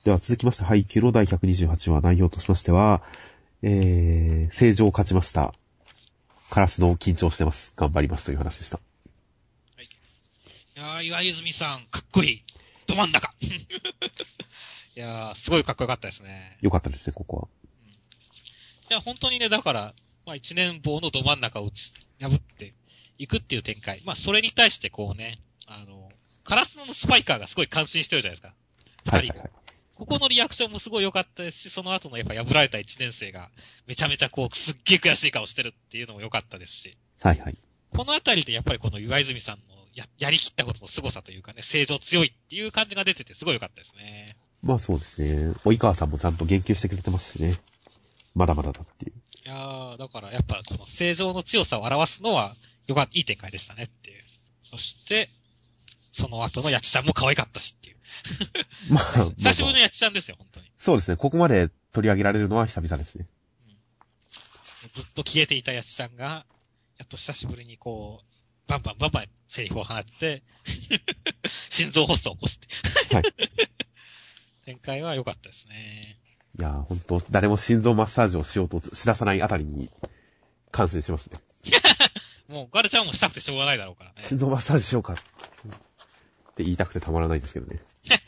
では続きまして、配給の第128話内容としましては、正常を勝ちました。カラスの緊張してます。頑張りますという話でした。 はい。いやー、岩泉さん、かっこいい。ど真ん中。いやー、すごいかっこよかったですね。 よかったですね、ここは。 いや、本当にね、だから、まあ一年棒のど真ん中を破っていくっていう展開。まあそれに対してこうね、カラスのスパイカーがすごい感心してるじゃないですか。二人。 はいはいはい。 ここのリアクションもすごい良かったですし、その後のやっぱ破られた一年生がめちゃめちゃこう、すっげえ悔しい顔してるっていうのも良かったですし。 はいはい。 このあたりでやっぱりこの岩泉さんのやりきったことの凄さというかね、正常強いっていう感じが出ててすごい良かったですね。 まあそうですね。及川さんもちゃんと言及してくれてますしね。まだまだだっていう。 いやー、だからやっぱこの正常の強さを表すのはいい展開でしたねっていう。そして、その後のやちちゃんも可愛かったしっていう。 まあ、 久しぶりのやちちゃんですよ、本当に。 そうですね。ここまで取り上げられるのは久々ですね。 ずっと消えていたやちちゃんが、やっと久しぶりにこう、バンバンセリフを放って、心臓発作を起こすって。 はい。 展開は良かったですね。 いやー、ほんと、誰も心臓マッサージをしようとしださないあたりに感心しますね。 もう、ガルちゃんもしたくてしょうがないだろうからね。 心臓マッサージしようかって言いたくてたまらないんですけどね。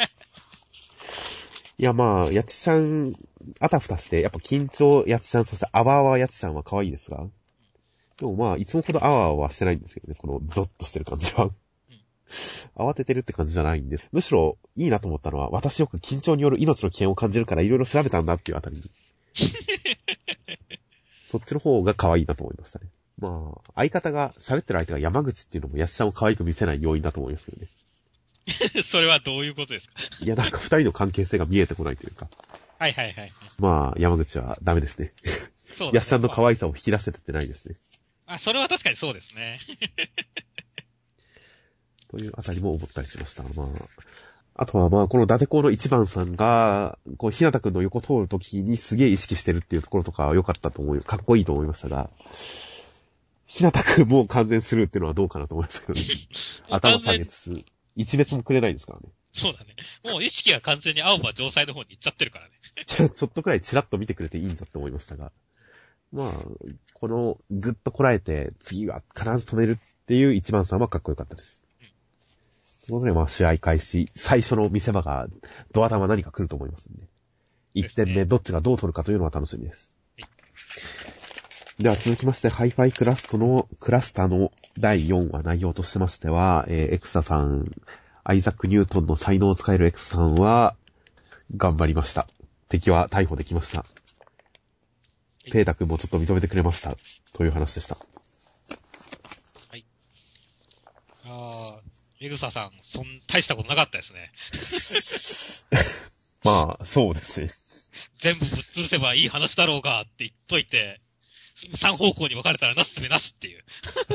いや、まあ、やちちゃん、あたふたして、やっぱ緊張やちちゃん、そしてあわあわやちちゃんは可愛いですが、でもまあ、いつもほどあわあわはしてないんですけどね、このゾッとしてる感じは。慌ててるって感じじゃないんで、むしろいいなと思ったのは、私よく緊張による命の危険を感じるからいろいろ調べたんだっていうあたりに。そっちの方が可愛いなと思いましたね。まあ、相方が、喋ってる相手が山口っていうのもやちちゃんを可愛く見せない要因だと思いますけどね。 それはどういうことですか？ いや、なんか二人の関係性が見えてこないというか。 はいはいはい。 まあ、山口はダメですね。 そうだね。 やっちゃんの可愛さを引き出せてないですね。 あ、それは確かにそうですね。 というあたりも思ったりしました。まあ、あとはまあ、この伊達公の一番さんが、こう、ひなたくんの横通るときにすげえ意識してるっていうところとかは良かったと思うよ。かっこいいと思いましたが、ひなたくんもう完全スルーっていうのはどうかなと思いますけどね。頭下げつつ、一別もくれないですからね。 そうだね。もう意識が完全に青葉城西の方に行っちゃってるからね。 ちょっとくらいチラッと見てくれていいんだって思いましたが。まあ、この、ぐっとこらえて、次は必ず止めるっていう一番さんはかっこよかったです。ということで、まあ、試合開始、最初の見せ場が、ドア玉何か来ると思いますんで。1点目、どっちがどう取るかというのは楽しみです。では続きまして、ハイファイクラスターの第4話内容としてましては、エクサさん、アイザック・ニュートンの才能を使えるエクサさんは、頑張りました。敵は逮捕できました。ペータ君もちょっと認めてくれました。という話でした。 はい。エグサさん、大したことなかったですね。 まあ、そうですね。 全部ぶっ潰せばいい話だろうがって言っといて、3方向に分かれたらなすすべなしっていう。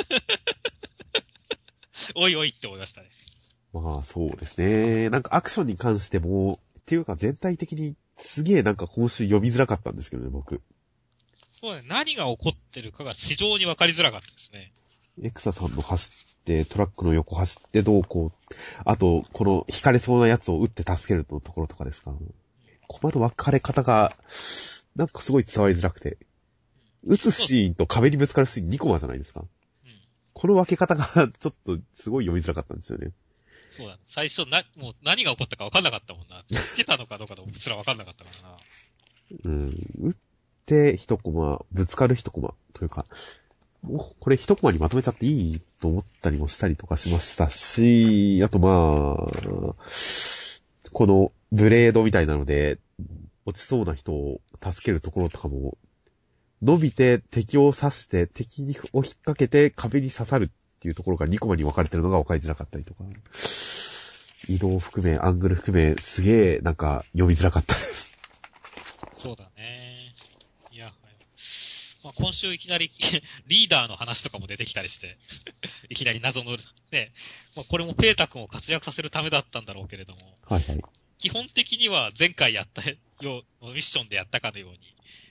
おいおいって思いましたね。 まあ、そうですね。なんかアクションに関しても、っていうか全体的にすげえなんか今週読みづらかったんですけどね、僕。 そうね、何が起こってるかが非常に分かりづらかったですね。 エクサさんの走って、トラックの横走ってどうこう。あと、この惹かれそうなやつを撃って助けるところとかですか。困る分かれ方が、なんかすごい伝わりづらくて。撃つシーンと壁にぶつかるシーン2コマじゃないですか。この分け方がちょっとすごい読みづらかったんですよね。 そうだ、最初もう何が起こったか分かんなかったもんな。つけたのかどうかすら分かんなかったからな。 撃って一コマ、ぶつかる一コマというか、もうこれ一コマにまとめちゃっていいと思ったりもしたりとかしましたし、あとまあ、このブレードみたいなので、落ちそうな人を助けるところとかも、伸びて敵を刺して敵を引っ掛けて壁に刺さるっていうところが2コマに分かれてるのが分かりづらかったりとか、移動含め、アングル含め、すげえなんか読みづらかったです。 そうだね。いや、まあ、今週いきなりリーダーの話とかも出てきたりして、いきなり謎の、ね、まあ、これもペータ君を活躍させるためだったんだろうけれども、 はいはい。 基本的には前回やったよう、ミッションでやったかのように、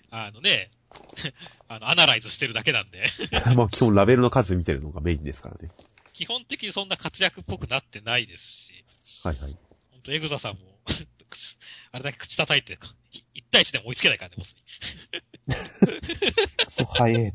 アナライズしてるだけなんで。 まあ基本ラベルの数見てるのがメインですからね。 基本的にそんな活躍っぽくなってないですし。 はいはい。 本当エグザさんもあれだけ口叩いて、1対1でも追いつけないからね、ボスに。 クソ早えって。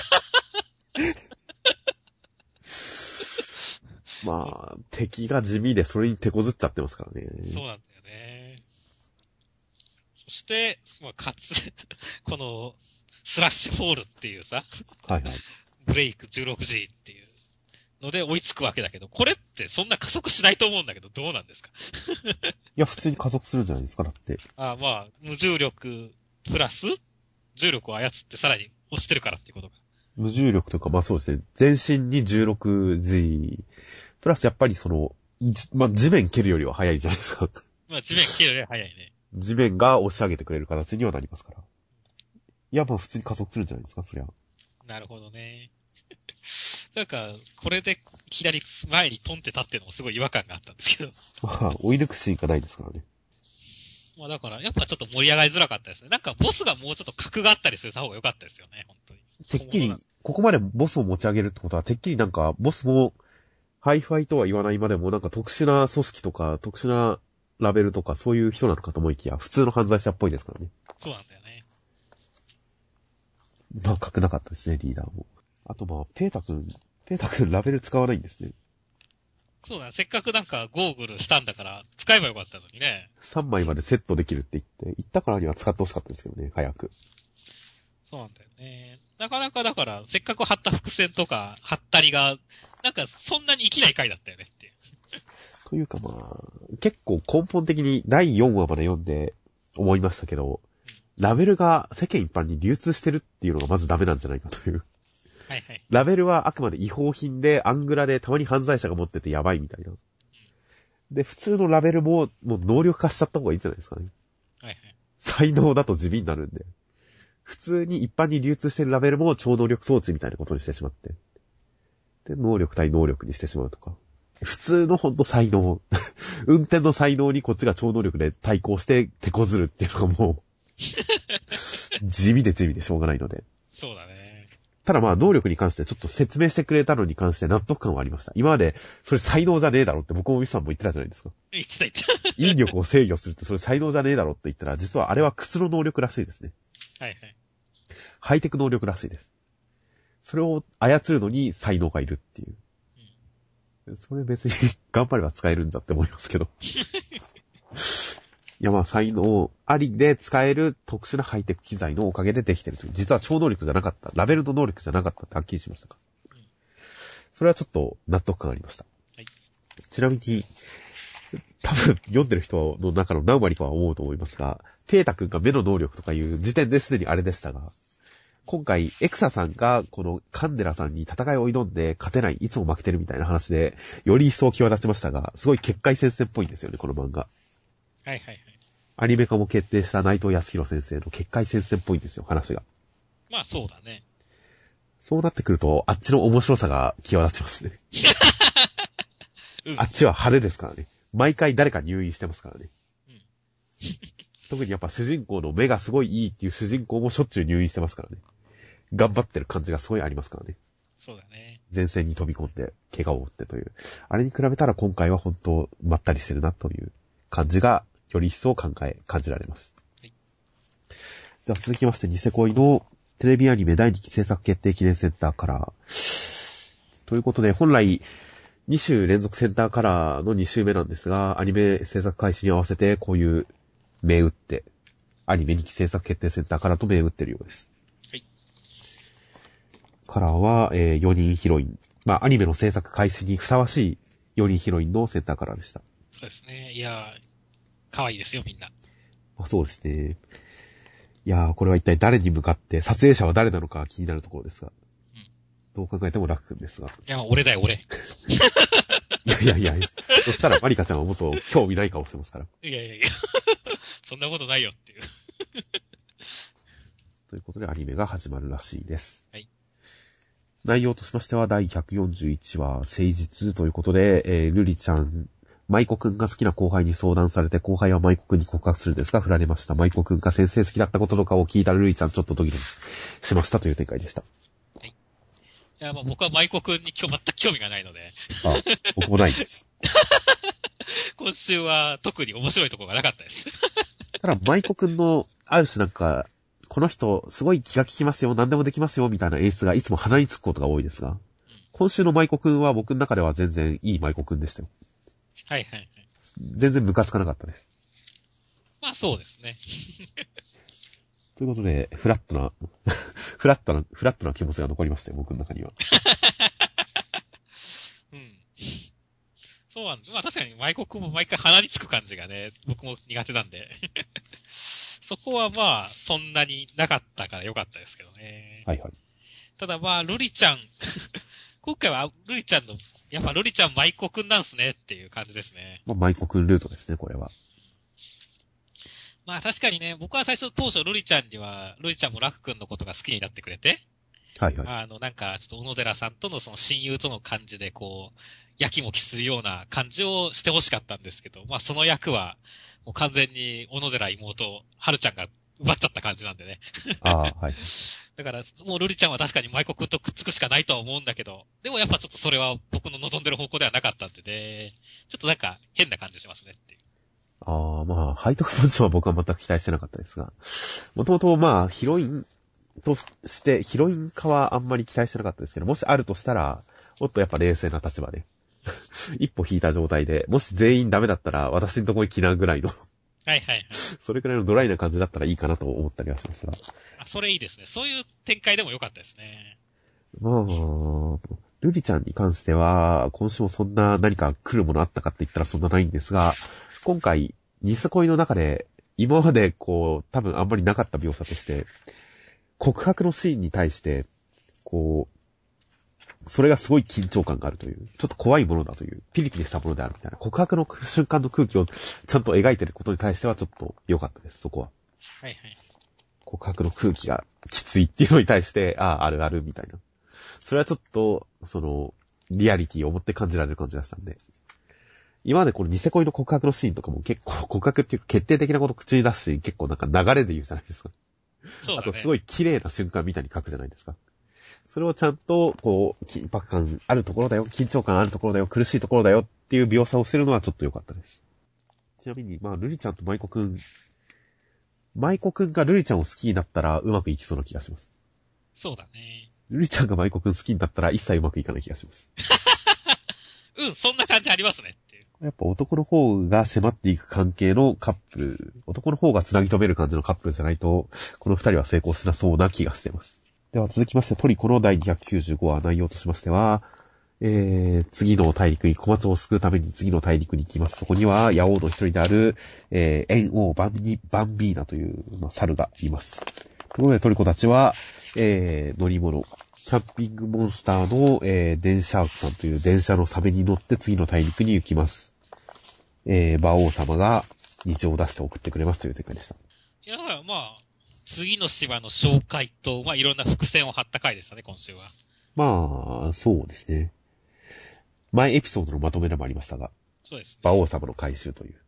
まあ、敵が地味でそれに手こずっちゃってますからね。 そうなんだよね。そして、まあ、かつ、この、スラッシュフォールっていうさ、 はいはい。 ブレイク 16G っていうので追いつくわけだけど、これってそんな加速しないと思うんだけど、どうなんですか？ いや、普通に加速するんじゃないですか、だって。 まあ、無重力プラス、重力を操ってさらに押してるからっていうことか。 無重力とか、まあそうですね。全身に 16G。プラスやっぱりその、まあ地面蹴るよりは早いじゃないですか。 まあ地面蹴るより早いね。 地面が押し上げてくれる形にはなりますから。いや、まあ普通に加速するんじゃないですか、そりゃ。 なるほどね。なんか、これでいきなり前にトンって立ってるのもすごい違和感があったんですけど。 まあ、追い抜くシーンがないですからね。 まあだから、やっぱちょっと盛り上がりづらかったですね。なんかボスがもうちょっと格があったりするた方が良かったですよね、本当に。 てっきり、ここまでボスを持ち上げるってことは、てっきりなんか、ボスも、ハイファイとは言わないまでも、なんか特殊な組織とか、特殊なラベルとか、そういう人なのかと思いきや、普通の犯罪者っぽいですからね。 そうなんだよね。 まあ、格なかったですね、リーダーも。あとまあ、ペータ君ラベル使わないんですね。 そうだね。せっかくなんかゴーグルしたんだから、使えばよかったのにね。 3枚までセットできるって言ったからには使ってほしかったですけどね、早く。 そうなんだよね。なかなかだから、せっかく貼った伏線とか、貼ったりが、なんかそんなに生きない回だったよねっていう。 というかまあ、結構根本的に第4話まで読んで思いましたけど、ラベルが世間一般に流通してるっていうのがまずダメなんじゃないかという。 はいはい。 ラベルはあくまで違法品でアングラでたまに犯罪者が持っててやばいみたいな。で、普通のラベルももう能力化しちゃった方がいいんじゃないですかね。 はいはい。 才能だと地味になるんで。普通に一般に流通してるラベルも超能力装置みたいなことにしてしまって。で、能力対能力にしてしまうとか。普通のほんと才能。運転の才能にこっちが超能力で対抗して手こずるっていうのがもう、地味でしょうがないので。 そうだね。 ただまあ能力に関してちょっと説明してくれたのに関して納得感はありました。今までそれ才能じゃねえだろって僕もミスさんも言ってたじゃないですか。 言ってた。 引力を制御するってそれ才能じゃねえだろって言ったら実はあれは靴の能力らしいですね。 はいはい。 ハイテク能力らしいです。それを操るのに才能がいるっていう。それ別に頑張れば使えるんじゃって思いますけど。いやまあ才能ありで使える特殊なハイテク機材のおかげでできてるという。実は超能力じゃなかった。ラベルの能力じゃなかったってはっきりしましたか。それはちょっと納得感ありました。 はい、 ちなみに、多分読んでる人の中の何割かは思うと思いますが、ペータ君が目の能力とかいう時点ですでにあれでしたが、今回エクサさんがこのカンデラさんに戦いを挑んで勝てない、いつも負けてるみたいな話で、より一層際立ちましたが、すごい結界戦線っぽいんですよね、この漫画。 はいはいはい。 アニメ化も決定した内藤康弘先生の結界戦線っぽいんですよ、話が。 まあそうだね。 そうなってくると、あっちの面白さが際立ちますね。あっちは派手ですからね。毎回誰か入院してますからね。特にやっぱ主人公の目がすごいいいっていう主人公もしょっちゅう入院してますからね。頑張ってる感じがすごいありますからね。 そうだね。 前線に飛び込んで、怪我を負ってという。あれに比べたら今回は本当、まったりしてるなという感じが、より一層感じられます。はい、では続きまして、ニセ恋のテレビアニメ第2期制作決定記念センターカラー。ということで、本来、2週連続センターカラーの2週目なんですが、アニメ制作開始に合わせて、こういう銘打って、アニメ2期制作決定センターカラーと銘打ってるようです。はい。カラーは、4人ヒロイン。まあ、アニメの制作開始にふさわしい4人ヒロインのセンターカラーでした。 そうですね。いやー、可愛いですよ、みんな。 まあ、そうですね。いやー、これは一体誰に向かって、撮影者は誰なのか気になるところですが。うん。どう考えてもラク君ですが。いや、俺だよ、俺。 いや、そしたらマリカちゃんはもっと興味ない顔してますから。 いや。そんなことないよっていう。 ということでアニメが始まるらしいです。 はい。 内容としましては第141話、誠実ということで、ルリちゃん、舞子くんが好きな後輩に相談されて、後輩は舞子くんに告白するんですが、振られました。舞子くんが先生好きだったこととかを聞いたルリちゃん、ちょっとドキドキしましたという展開でした。 はい。いや、まあ僕は舞子くんに全く興味がないので。 あ、僕もないです。 今週は特に面白いところがなかったです。 ただ、舞子くんの、ある種なんか、この人、すごい気が利きますよ、何でもできますよ、みたいな演出がいつも鼻につくことが多いですが、今週の舞子くんは僕の中では全然いい舞子くんでしたよ。 はいはいはい。 全然ムカつかなかったです。 まあそうですね。 ということで、フラットな気持ちが残りましたよ、僕の中には。 うん。そうなんです。まあ確かに舞子くんも毎回鼻につく感じがね、僕も苦手なんで。そこはまあ、そんなになかったから良かったですけどね。 はいはい。 ただまあ、ルリちゃん、今回はルリちゃんの、やっぱルリちゃん舞子くんなんすねっていう感じですね。 まあ、舞子くんルートですね、これは。 まあ確かにね、僕は最初当初ルリちゃんもラクくんのことが好きになってくれて、 はいはい。 なんかちょっと小野寺さんとのその親友との感じでこう、やきもきするような感じをしてほしかったんですけど、まあその役は、もう完全に小野寺妹、春ちゃんが奪っちゃった感じなんでね。 ああ、はい。 だから、もうルリちゃんは確かに舞子くんとくっつくしかないとは思うんだけど、でもやっぱちょっとそれは僕の望んでる方向ではなかったんでね、ちょっとなんか変な感じしますねっていう。 ああ、まあ、背徳ポジションは僕は全く期待してなかったですが、もともとまあ、ヒロインとして、ヒロイン化はあんまり期待してなかったですけど、もしあるとしたら、もっとやっぱ冷静な立場で、一歩引いた状態で、もし全員ダメだったら私のとこに来なぐらいの、 はいはいはい。 それくらいのドライな感じだったらいいかなと思ったりはしますが。 あ、それいいですね。そういう展開でも良かったですね。 まあ、ルリちゃんに関しては、今週もそんな何か来るものあったかって言ったらそんなないんですが、今回、ニス恋の中で、今までこう、多分あんまりなかった描写として、告白のシーンに対して、こう、それがすごい緊張感があるという、ちょっと怖いものだという、ピリピリしたものであるみたいな、告白の瞬間の空気をちゃんと描いてることに対してはちょっと良かったです、そこは。 はいはい。 告白の空気がきついっていうのに対して、ああ、あるあるみたいな。それはちょっと、リアリティを持って感じられる感じがしたんで。今までこのニセ恋の告白のシーンとかも結構告白っていうか決定的なこと口に出すし、結構なんか流れで言うじゃないですか。 そうだね。 あとすごい綺麗な瞬間みたいに書くじゃないですか。それをちゃんと、こう、緊迫感あるところだよ、緊張感あるところだよ、苦しいところだよっていう描写をしてるのはちょっと良かったです。ちなみに、まあ、ルリちゃんと舞子くんがルリちゃんを好きになったらうまくいきそうな気がします。 そうだね。 ルリちゃんが舞子くん好きになったら一切うまくいかない気がします。 うん、そんな感じありますねっていう。 やっぱ男の方が迫っていく関係のカップル、男の方が繋ぎ止める感じのカップルじゃないと、この二人は成功しなそうな気がしています。では続きましてトリコの第295話内容としましては、次の大陸に小松を救うために次の大陸に行きます。そこには、野王の一人である、猿王バンビーナという、猿がいます。ということでトリコたちは、乗り物、キャンピングモンスターの、電車さんという電車のサメに乗って次の大陸に行きます。馬王様が日を出して送ってくれますという展開でした。 いや、まあ、次の芝の紹介と、まあいろんな伏線を張った回でしたね、今週は。 まあ、そうですね。前エピソードのまとめでもありましたが、 そうですね。 馬王様の回収という。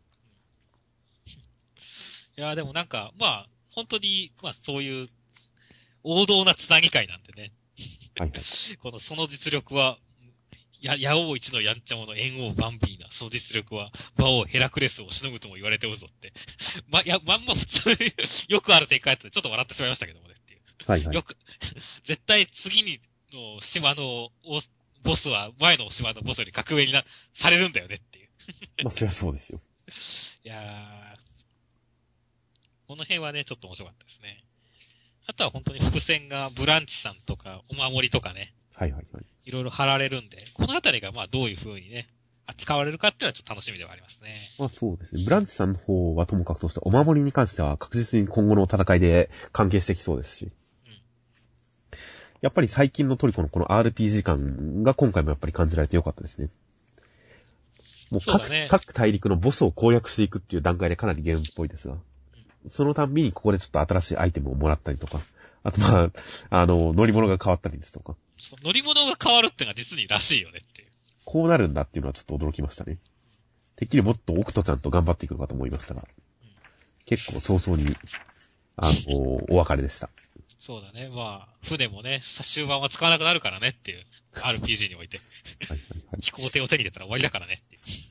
いや、でもなんか、まあ、本当に、まあそういう、王道なつなぎ会なんでね。 はいはい。 その実力は、野王一のやんちゃ者、猿王バンビーナ、その実力は、馬王ヘラクレスをしのぐとも言われておるぞって。まんま普通によくある展開だってちょっと笑ってしまいましたけどもねっていう。 はいはい。 絶対次の島のボスは、前の島のボスより格上にされるんだよねっていう。 まあ、そりゃそうですよ。 いやー、この辺はね、ちょっと面白かったですね。あとは本当に伏線がブランチさんとか、お守りとかね。 はいはいはい。 いろいろ貼られるんで、このあたりがまあどういう風にね、扱われるかっていうのはちょっと楽しみではありますね。 まあそうですね。ブランチさんの方はともかくとして、お守りに関しては確実に今後の戦いで関係してきそうですし。やっぱり最近のトリコのこの RPG 感が今回もやっぱり感じられてよかったですね。もう各大陸のボスを攻略していくっていう段階でかなりゲームっぽいですが、そのたんびにここでちょっと新しいアイテムをもらったりとか、あとまあ、乗り物が変わったりですとか。 乗り物が変わるってのは実にらしいよねっていう。 こうなるんだっていうのはちょっと驚きましたね。てっきりもっとオクトちゃんと頑張っていくのかと思いましたが、結構早々に、お別れでした。 そうだね。まあ、船もね、終盤は使わなくなるからねっていう。RPG において。 はいはいはい。 飛行艇を手に入れたら終わりだからねっていう。 と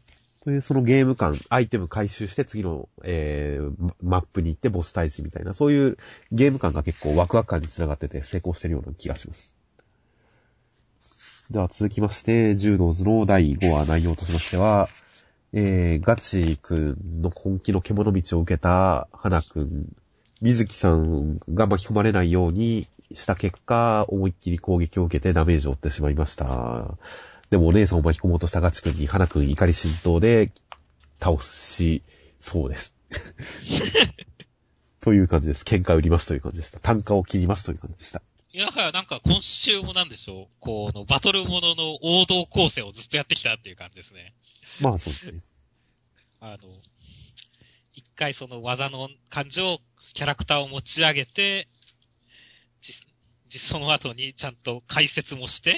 そのゲーム感、アイテム回収して次の、マップに行ってボス退治みたいな、そういうゲーム感が結構ワクワク感につながってて成功してるような気がします。では続きまして、柔道図の第5話内容としましては、ガチくんの本気の獣道を受けた花くん、水木さんが巻き込まれないようにした結果、思いっきり攻撃を受けてダメージを負ってしまいました。でもお姉さんを巻き込もうとしたガチくんに花くん怒り心頭で倒しそうです。という感じです。喧嘩売りますという感じでした。単価を切りますという感じでした。 いやはやなんか今週もなんでしょう、このバトルものの王道構成をずっとやってきたっていう感じですね。 まあそうですね。 一回その技の感じを、キャラクターを持ち上げて、その後にちゃんと解説もして、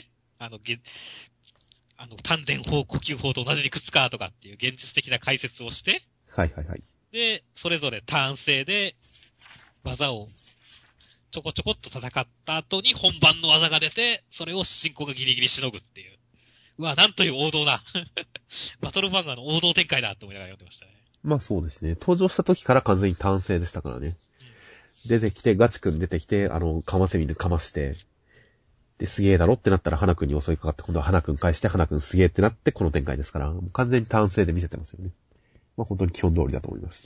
丹田法、呼吸法と同じ理屈かとかっていう現実的な解説をして、 はいはいはい。 で、それぞれターン制で技をちょこちょこっと戦った後に本番の技が出て、それを主人公がギリギリしのぐっていう。うわ、なんという王道だ。バトル漫画の王道展開だって思いながら読んでましたね。 まあそうですね。登場した時から完全に単性でしたからね。出てきて、ガチくん出てきて、かませみぬかまして、で、すげえだろってなったら、花くんに襲いかかって、今度は花くん返して、花くんすげえってなって、この展開ですから、もう完全に単性で見せてますよね。まあ本当に基本通りだと思います。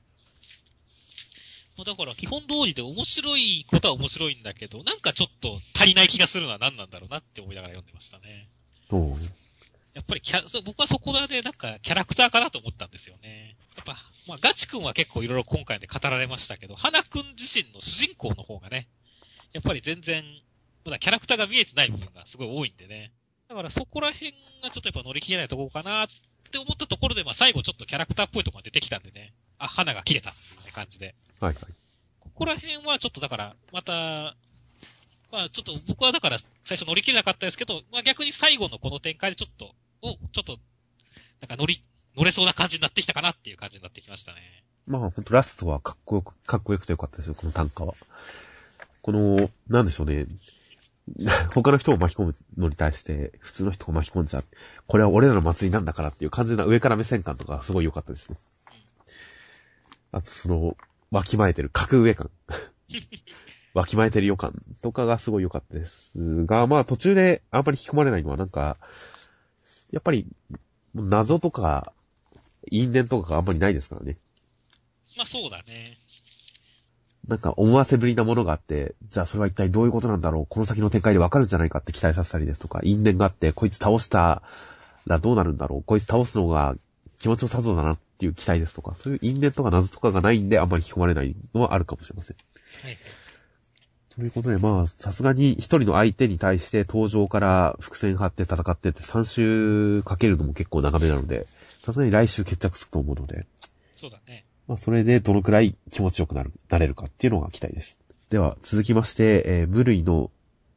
だから基本通りで面白いことは面白いんだけど、なんかちょっと足りない気がするのは何なんだろうなって思いながら読んでましたね。やっぱり僕はそこでなんかキャラクターかなと思ったんですよね。やっぱ、まあガチ君は結構いろいろ今回で語られましたけど、花君自身の主人公の方がね、やっぱり全然、まだキャラクターが見えてない部分がすごい多いんでね。だからそこら辺がちょっとやっぱ乗り切れないところかなって思ったところで、まあ最後ちょっとキャラクターっぽいところが出てきたんでね。あ、花が切れたっていうね感じで。 はいはい。 ここら辺はちょっとだから、また、まあちょっと僕はだから最初乗り切れなかったですけど、まあ逆に最後のこの展開でちょっと、なんか乗れそうな感じになってきたかなっていう感じになってきましたね。 まあほんとラストはかっこよくてよかったですよ、この短歌は。この、なんでしょうね。他の人を巻き込むのに対して、普通の人を巻き込んじゃう。これは俺らの祭りなんだからっていう完全な上から目線感とかすごい良かったですね。あとわきまえてる格上感。わきまえてる予感とかがすごい良かったですが、まあ途中であんまり引き込まれないのはなんか、やっぱり謎とか因縁とかがあんまりないですからね。 まあそうだね。 なんか思わせぶりなものがあって、じゃあそれは一体どういうことなんだろう、この先の展開でわかるんじゃないかって期待させたりですとか、因縁があって、こいつ倒したらどうなるんだろう、こいつ倒すのが気持ちよさそうだなっていう期待ですとか、そういう因縁とか謎とかがないんであんまり引き込まれないのはあるかもしれません。はい。ということで、まあ、さすがに一人の相手に対して登場から伏線張って戦ってって3週かけるのも結構長めなので、さすがに来週決着すると思うので。 そうだね。 まあ、それでどのくらい気持ちよくなれるかっていうのが期待です。では、続きまして、無類の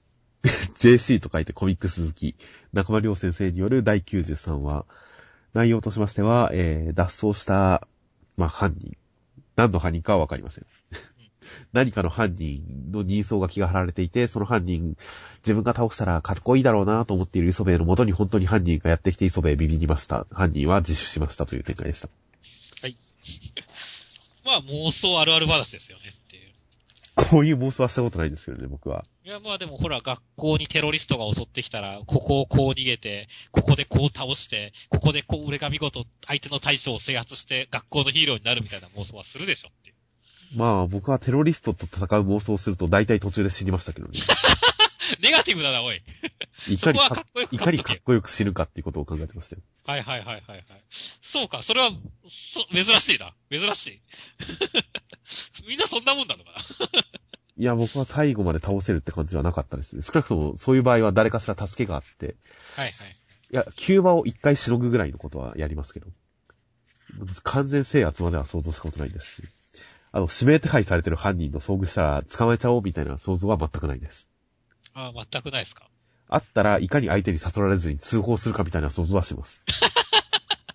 JC と書いてコミックス好き、中間良先生による第93話。内容としましては、脱走した、まあ、犯人。何の犯人かはわかりません。何かの犯人の人相が気が張られていて、その犯人、自分が倒したらかっこいいだろうなと思っている磯部の元に本当に犯人がやってきて磯部へビビりました。犯人は自首しましたという展開でした。 はい。まあ妄想あるある話ですよねっていう。 こういう妄想はしたことないんですよね、僕は。 いやまあでもほら学校にテロリストが襲ってきたら、ここをこう逃げて、ここでこう倒して、ここでこう俺が見事相手の対象を制圧して学校のヒーローになるみたいな妄想はするでしょっていう。 まあ僕はテロリストと戦う妄想をすると大体途中で死にましたけどね。 ネガティブだな、おい。 いかにかっこよく死ぬかっていうことを考えてましたよ。 はいはいはいはい。そうか、それは、珍しいな。珍しい。みんなそんなもんなのかな。 いや、僕は最後まで倒せるって感じはなかったですね。少なくともそういう場合は誰かしら助けがあって。 はいはい。 いや、キューバを一回しのぐぐらいのことはやりますけど。完全制圧までは想像したことないですし。指名手配されてる犯人と遭遇したら捕まえちゃおうみたいな想像は全くないです。 ああ、全くないですか。 あったらいかに相手に悟られずに通報するかみたいな想像はします。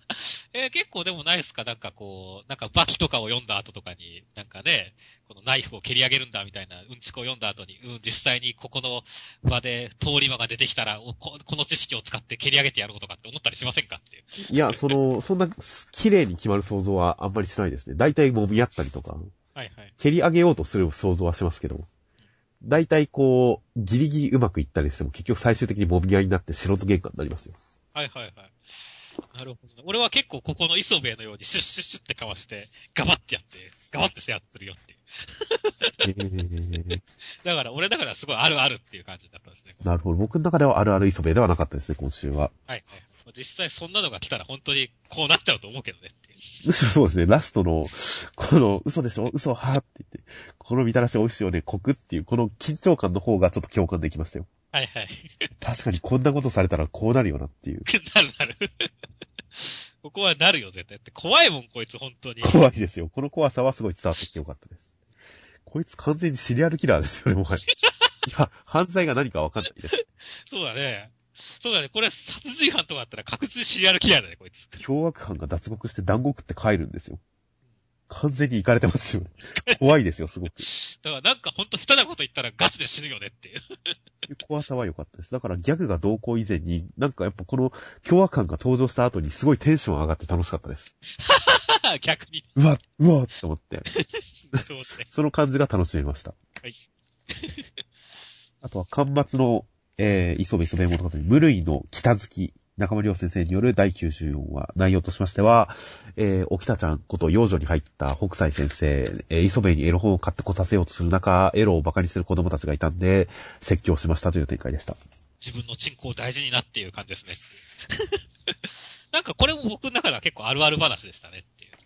結構でもないですか？なんかこう、なんかバキとかを読んだ後とかに、なんかね、このナイフを蹴り上げるんだみたいなうんちくを読んだ後に、実際にここの場で通り魔が出てきたら、この知識を使って蹴り上げてやろうとかって思ったりしませんかっていう。 いや、そんな綺麗に決まる想像はあんまりしないですね。大体揉み合ったりとか、 はいはい。 蹴り上げようとする想像はしますけど、大体こう、ギリギリうまくいったりしても結局最終的に揉み合いになって素人喧嘩になりますよ。 はいはいはい。なるほどね。俺は結構ここの磯部のようにシュッシュッシュッってかわして、ガバッてやって、ガバッて制圧するよっていう。だからすごいあるあるっていう感じだったんですね。 なるほど。僕の中ではあるある磯部ではなかったですね、今週は。 はいはい。実際そんなのが来たら本当にこうなっちゃうと思うけどねっていう。 むしろそうですね、ラストの、この嘘でしょ嘘はーって言って、このみたらし美味しいよね、コクっていう、この緊張感の方がちょっと共感できましたよ。 はいはい。 確かにこんなことされたらこうなるよなっていう。 なる。ここはなるよ、絶対。って怖いもん、こいつ、本当に。 怖いですよ。この怖さはすごい伝わってきてよかったです。こいつ完全にシリアルキラーですよね、もはや。いや、犯罪が何かわかんないです。 そうだね。これ、殺人犯とかだったら確実にシリアルキラーだね、こいつ。 凶悪犯が脱獄して団子食って帰るんですよ。完全に行かれてますよね。怖いですよ、すごく。 だからなんかほんと下手なこと言ったらガチで死ぬよねっていう。 怖さは良かったです。だからギャグが同行以前に、なんかやっぱこの凶悪犯が登場した後にすごいテンション上がって楽しかったです。 逆に。 うわって思って。 そうですね。 その感じが楽しめました。 はい。 あとは、巻末の、磯部物語、無類の北好き、中村良先生による第94話、内容としましては、沖田ちゃんこと幼女に入った北斎先生、磯部にエロ本を買ってこさせようとする中、エロを馬鹿にする子供たちがいたんで、説教しましたという展開でした。 自分のチンコを大事になっていう感じですね。なんかこれも僕の中では結構あるある話でしたねっていう。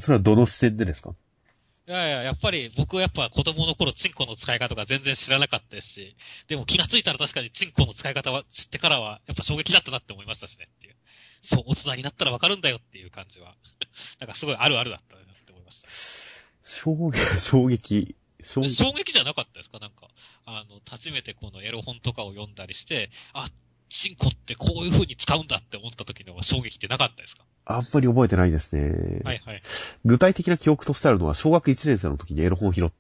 それはどの視点でですか？ いやいや、やっぱり僕はやっぱ子供の頃チンコの使い方が全然知らなかったですし、でも気がついたら確かにチンコの使い方は知ってからはやっぱ衝撃だったなって思いましたしねっていう。そう、大人になったらわかるんだよっていう感じは。なんかすごいあるあるだったなって思いました。 衝撃じゃなかったですか？なんか、初めてこのエロ本とかを読んだりして、あ、チンコってこういう風に使うんだって思った時の衝撃ってなかったですか？ あんまり覚えてないですね。 はいはい。 具体的な記憶としてあるのは、小学1年生の時にエロ本を拾って、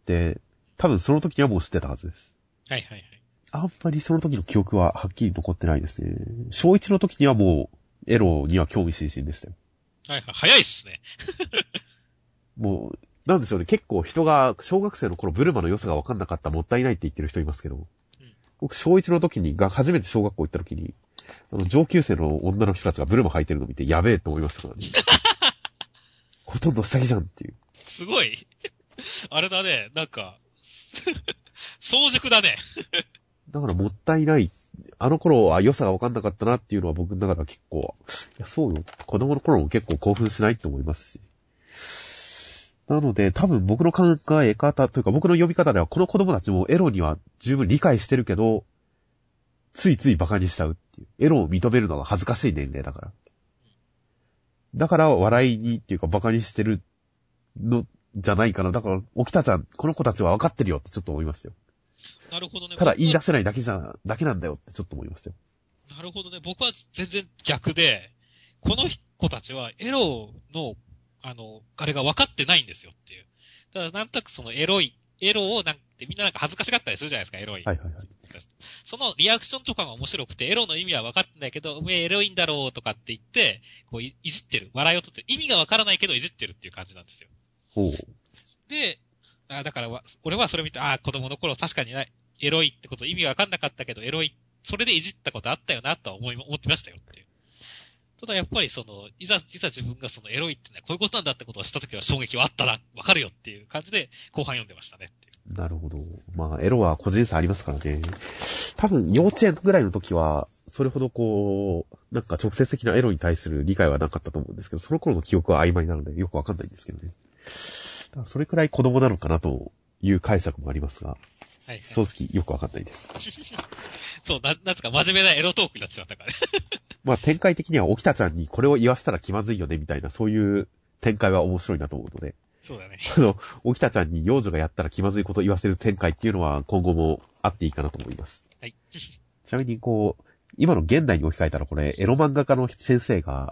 多分その時にはもう知ってたはずです。 はいはいはい。 あんまりその時の記憶ははっきり残ってないですね。小1の時にはもう、エロには興味津々でしたよ。 はいはい。早いっすね。 もう、なんでしょうね。結構人が小学生の頃ブルマの良さが分かんなかったもったいないって言ってる人いますけど、僕小1の時に初めて小学校行った時に、上級生の女の人たちがブルマ履いてるのを見てやべえと思いましたからね。ほとんど下着じゃんっていう。 すごい。あれだね、なんか、早熟だね。 だからもったいない。あの頃は良さが分かんなかったなっていうのは僕の中では結構、いやそうよ。子供の頃も結構興奮しないと思いますし。なので多分僕の考え方というか僕の読み方ではこの子供たちもエロには十分理解してるけど、ついつい馬鹿にしちゃうっていう。エロを認めるのが恥ずかしい年齢だから。だから笑いにっていうか馬鹿にしてるのじゃないかな。だから、沖田ちゃん、この子たちは分かってるよってちょっと思いましたよ。 なるほどね。 ただ言い出せないだけなんだよってちょっと思いましたよ。 なるほどね。僕は全然逆で、この子たちはエロの、あれが分かってないんですよっていう。ただなんとなくそのエロをなんてみんななんか恥ずかしがったりするじゃないですか、エロい。 はいはいはい。 そのリアクションとかが面白くて、エロの意味は分かってないけど、おめえエロいんだろうとかって言って、こういじってる。笑いを取ってる。意味が分からないけどいじってるっていう感じなんですよ。 ほう。 で、だから俺はそれ見て、子供の頃確かにエロいってこと意味が分かんなかったけど、エロい、それでいじったことあったよなとは思ってましたよっていう。ただやっぱりいざ自分がそのエロいってね、こういうことなんだってことをしたときは衝撃はあったな、わかるよっていう感じで後半読んでましたねっていう。 なるほど。まあ、エロは個人差ありますからね。多分、幼稚園ぐらいの時は、それほどこう、なんか直接的なエロに対する理解はなかったと思うんですけど、その頃の記憶は曖昧なのでよくわかんないんですけどね。だからそれくらい子供なのかなという解釈もありますが、はいはい、正直よくわかんないです。 そう、なんつか真面目なエロトークになっちまったからね。 まあ展開的には沖田ちゃんにこれを言わせたら気まずいよねみたいなそういう展開は面白いなと思うので。 そうだね。 沖田ちゃんに幼女がやったら気まずいことを言わせる展開っていうのは今後もあっていいかなと思います。 はい。 ちなみに今の現代に置き換えたらこれエロ漫画家の先生が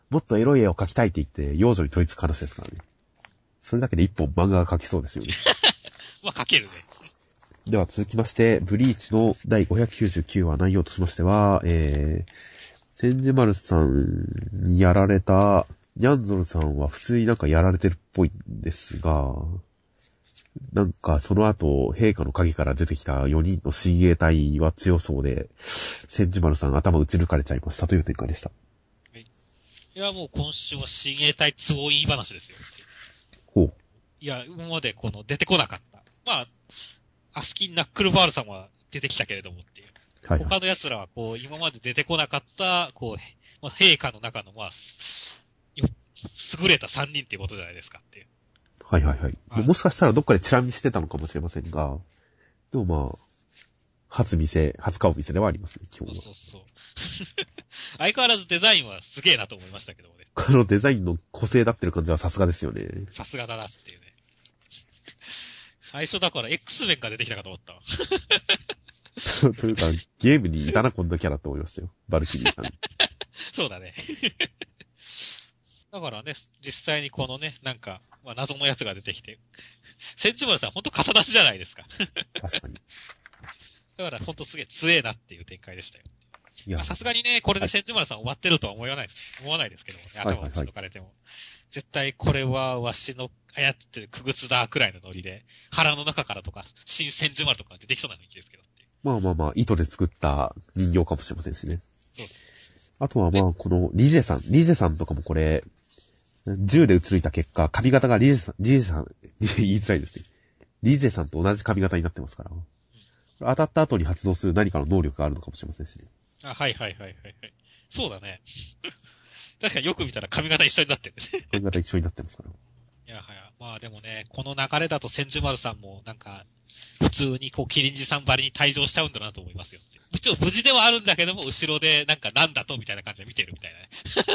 もっとエロい絵を描きたいって言って、幼女に取り付く話ですからね。それだけで一本漫画が描けそうですよね。 まあ、書けるね。 では続きまして、ブリーチの第599話内容としましては、千住丸さんにやられた、ニャンゾルさんは普通になんかやられてるっぽいんですが、なんかその後、陛下の影から出てきた4人の親衛隊は強そうで、千住丸さん頭打ち抜かれちゃいましたという展開でした。 はい。いや、もう今週は親衛隊都合いい話ですよ。 ほう。 いや、今までこの出てこなかった。まあ、アスキンナックルバールさんは出てきたけれどもっていう。 はいはい。 他の奴らはこう、今まで出てこなかった、こう、まあ、陛下の中のまあ、優れた3人っていうことじゃないですかっていう。 はいはいはい。 はいもしかしたらどっかでチラ見してたのかもしれませんが、でもまあ、初顔見せではありますね、基本は。 そうそう。相変わらずデザインはすげえなと思いましたけどもね。 このデザインの個性立ってる感じはさすがですよね。 さすがだなっていうね。最初だから X メンが出てきたかと思ったわ。 というか、ゲームにいたな、こんなキャラって思いましたよ。バルキリーさん。 そうだね。だからね、実際にこのね、なんか、まあ、謎のやつが出てきて、千住丸さんほんと肩出しじゃないですか。 確かに。 だからほんとすげえ強えなっていう展開でしたよ。 いや、 さすがにね、これで千住丸さん終わってるとは思わないですけどもね、 はいはいはい頭を打ち抜かれても。絶対これはわしの操ってるくぐつだくらいのノリで、腹の中からとか、新千住丸とか出てきそうな雰囲気ですけどっていう。 まあまあまあ、糸で作った人形かもしれませんしね。 そう。 あとはまあ、このリジェさんとかもこれ、銃で撃ち抜いた結果、髪型がリジェさん、言いづらいですね。リジェさんと同じ髪型になってますから。当たった後に発動する何かの能力があるのかもしれませんしね。 あ、はいはいはいはいはい。そうだね。確かによく見たら髪型一緒になってるね。 髪型一緒になってますから。 いやはや。まあでもね、この流れだと千住丸さんもなんか、普通にこう、キリンジさんばりに退場しちゃうんだなと思いますよって。一応無事ではあるんだけども、後ろでなんかなんだとみたいな感じで見てるみたいなね。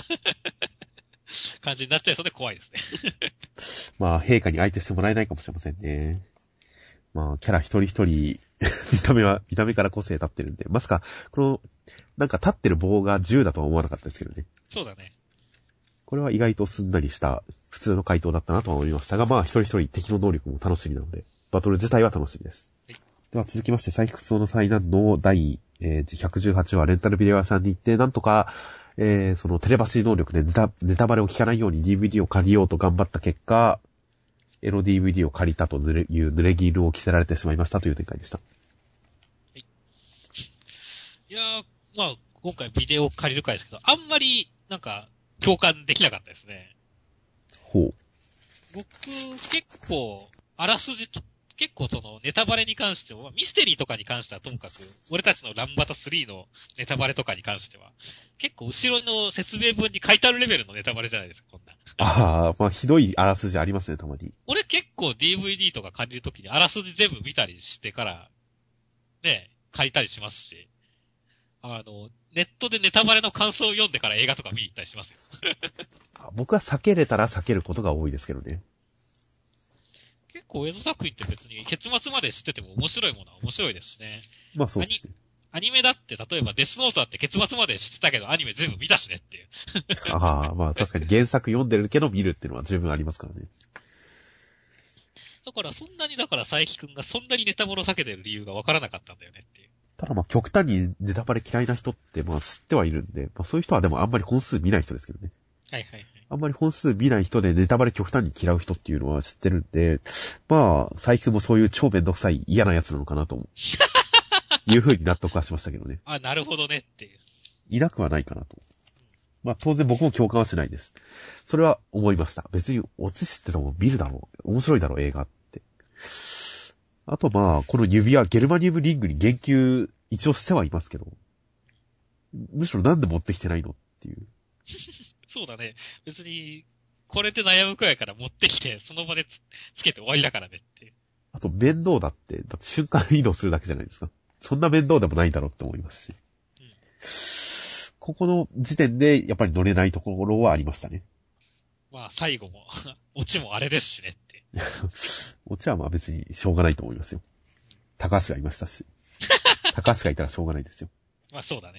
感じになっちゃいそうで怖いですね。 まあ、陛下に相手してもらえないかもしれませんね。まあ、キャラ一人一人、見た目から個性立ってるんで、まさか、この、なんか立ってる棒が銃だとは思わなかったですけどね。 そうだね。 これは意外とすんなりした普通の回答だったなとは思いましたが、まあ一人一人敵の能力も楽しみなので、バトル自体は楽しみです。 はい、 では続きまして、採掘の災難の第、118話レンタルビデオ屋さんに行って、なんとか、そのテレパシー能力でネタバレを聞かないように DVD を借りようと頑張った結果、エロ DVD を借りたという濡れ衣を着せられてしまいましたという展開でした。 はい。いやー、まあ、今回ビデオを借りる回ですけど、あんまり、なんか、共感できなかったですね。 ほう。 僕、結構、あらすじと、結構そのネタバレに関しては、ミステリーとかに関してはともかく、俺たちのランバタ3のネタバレとかに関しては、結構後ろの説明文に書いてあるレベルのネタバレじゃないですか、こんな。 ああ、まあひどいあらすじありますね、たまに。 俺結構 DVD とか借りるときにあらすじ全部見たりしてから、ね、借りたりしますし、ネットでネタバレの感想を読んでから映画とか見に行ったりしますよ。 僕は避けれたら避けることが多いですけどね。 結構映像作品って別に結末まで知ってても面白いものは面白いですしね。 まあそうですね。 アニメだって、例えばデスノートだって結末まで知ってたけどアニメ全部見たしねっていう。 ああ、まあ確かに原作読んでるけど見るっていうのは十分ありますからね。 だからそんなにだから佐伯くんがそんなにネタバレを避けてる理由がわからなかったんだよねっていう。 ただまあ極端にネタバレ嫌いな人ってまあ知ってはいるんで、まあそういう人はでもあんまり本数見ない人ですけどね。 はいはいはい。 あんまり本数見ない人でネタバレ極端に嫌う人っていうのは知ってるんで、まあ、最近もそういう超めんどくさい嫌なやつなのかなという風に納得はしましたけどね。 あ、なるほどねっていう。 いなくはないかなと。まあ当然僕も共感はしないです。それは思いました。別にオチ知ってても見るだろう。面白いだろう、映画って。あとまあ、この指輪ゲルマニウムリングに言及一応してはいますけど、むしろなんで持ってきてないのっていう。 そうだね。別に、これで悩むくらいから持ってきて、その場でつけて終わりだからねっていう。 あと面倒だって、だって瞬間移動するだけじゃないですか。そんな面倒でもないだろうって思いますし。ここの時点でやっぱり乗れないところはありましたね。 まあ最後も、オチもあれですしねって。 オチはまあ別にしょうがないと思いますよ。高橋がいましたし。高橋がいたらしょうがないですよ。 まあそうだね。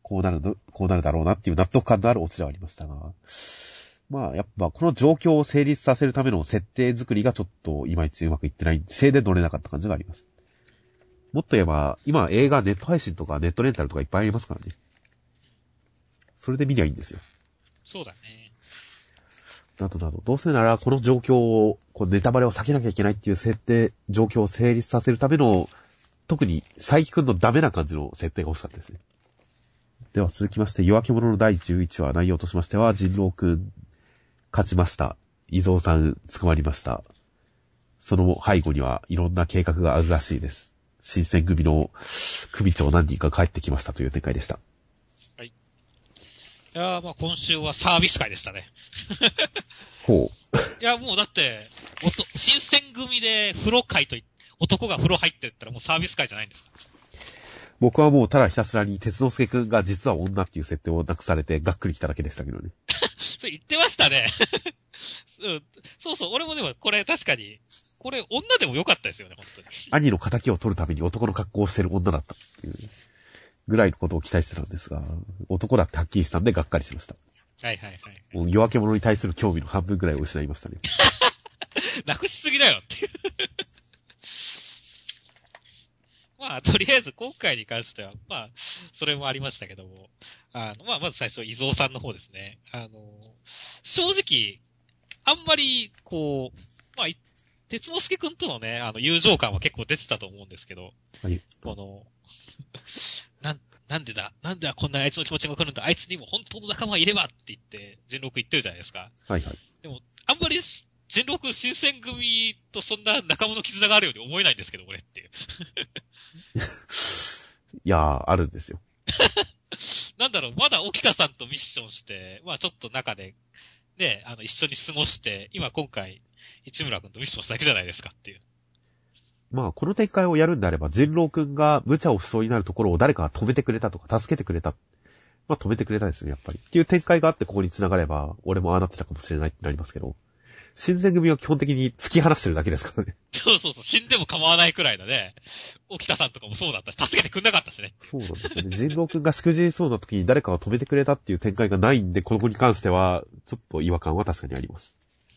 こうなるだろうなっていう納得感のあるオチではありましたが、まあやっぱこの状況を成立させるための設定作りがちょっといまいちうまくいってないせいで乗れなかった感じがあります。もっと言えば、今映画ネット配信とかネットレンタルとかいっぱいありますからね。それで見りゃいいんですよ。 そうだね。 などなど、どうせならこの状況を、ネタバレを避けなきゃいけないっていう設定、状況を成立させるための、特に佐伯くんのダメな感じの設定が欲しかったですね。では続きまして、夜明け者の第11話、内容としましては、人狼くん、勝ちました。伊蔵さん、捕まりました。その背後にはいろんな計画があるらしいです。新選組の組長何人か帰ってきましたという展開でした。 はい。いやー、まあ今週はサービス会でしたね。 ほう。 いや、もうだって、新選組で風呂会と男が風呂入ってったらもうサービス会じゃないんですか？ 僕はもうただひたすらに鉄之助くんが実は女っていう設定をなくされてがっくり来ただけでしたけどね。 それ言ってましたね。うん、そうそう、俺もでもこれ確かに、これ女でも良かったですよね、本当に。 兄の仇を取るために男の格好をしてる女だったっていうぐらいのことを期待してたんですが、男だってはっきりしたんでがっかりしました。 はいはいはい。 もう夜明け者に対する興味の半分ぐらいを失いましたね。 なくしすぎだよっていう。まあ、とりあえず今回に関しては、まあ、それもありましたけども、まあ、まず最初、伊蔵さんの方ですね。正直、あんまり、こう、まあ、鉄之助くんとのね、友情感は結構出てたと思うんですけど、 はい。 この、なんでこんなあいつの気持ちが来るんだ、あいつにも本当の仲間がいればって言って、人狼くん言ってるじゃないですか。 はいはい。 でも、あんまり、人狼くん新選組とそんな仲間の絆があるように思えないんですけど、俺っていう。 いやー、あるんですよ。 なんだろう、まだ沖田さんとミッションして、まあちょっと中で、ね、一緒に過ごして、今回、市村くんとミッションしただけじゃないですかっていう。 まあ、この展開をやるんであれば、人狼くんが無茶をしそうになるところを誰かが止めてくれたとか、助けてくれた。まあ、止めてくれたですね、やっぱり。っていう展開があってここに繋がれば、俺もああなってたかもしれないってなりますけど、新選組は基本的に突き放してるだけですからね。 そうそうそう、死んでも構わないくらいだね。沖田さんとかもそうだったし、助けてくんなかったしね。 そうなんですよね。人狼くんがしくじりそうな時に誰かが止めてくれたっていう展開がないんで、この子に関しては、ちょっと違和感は確かにあります。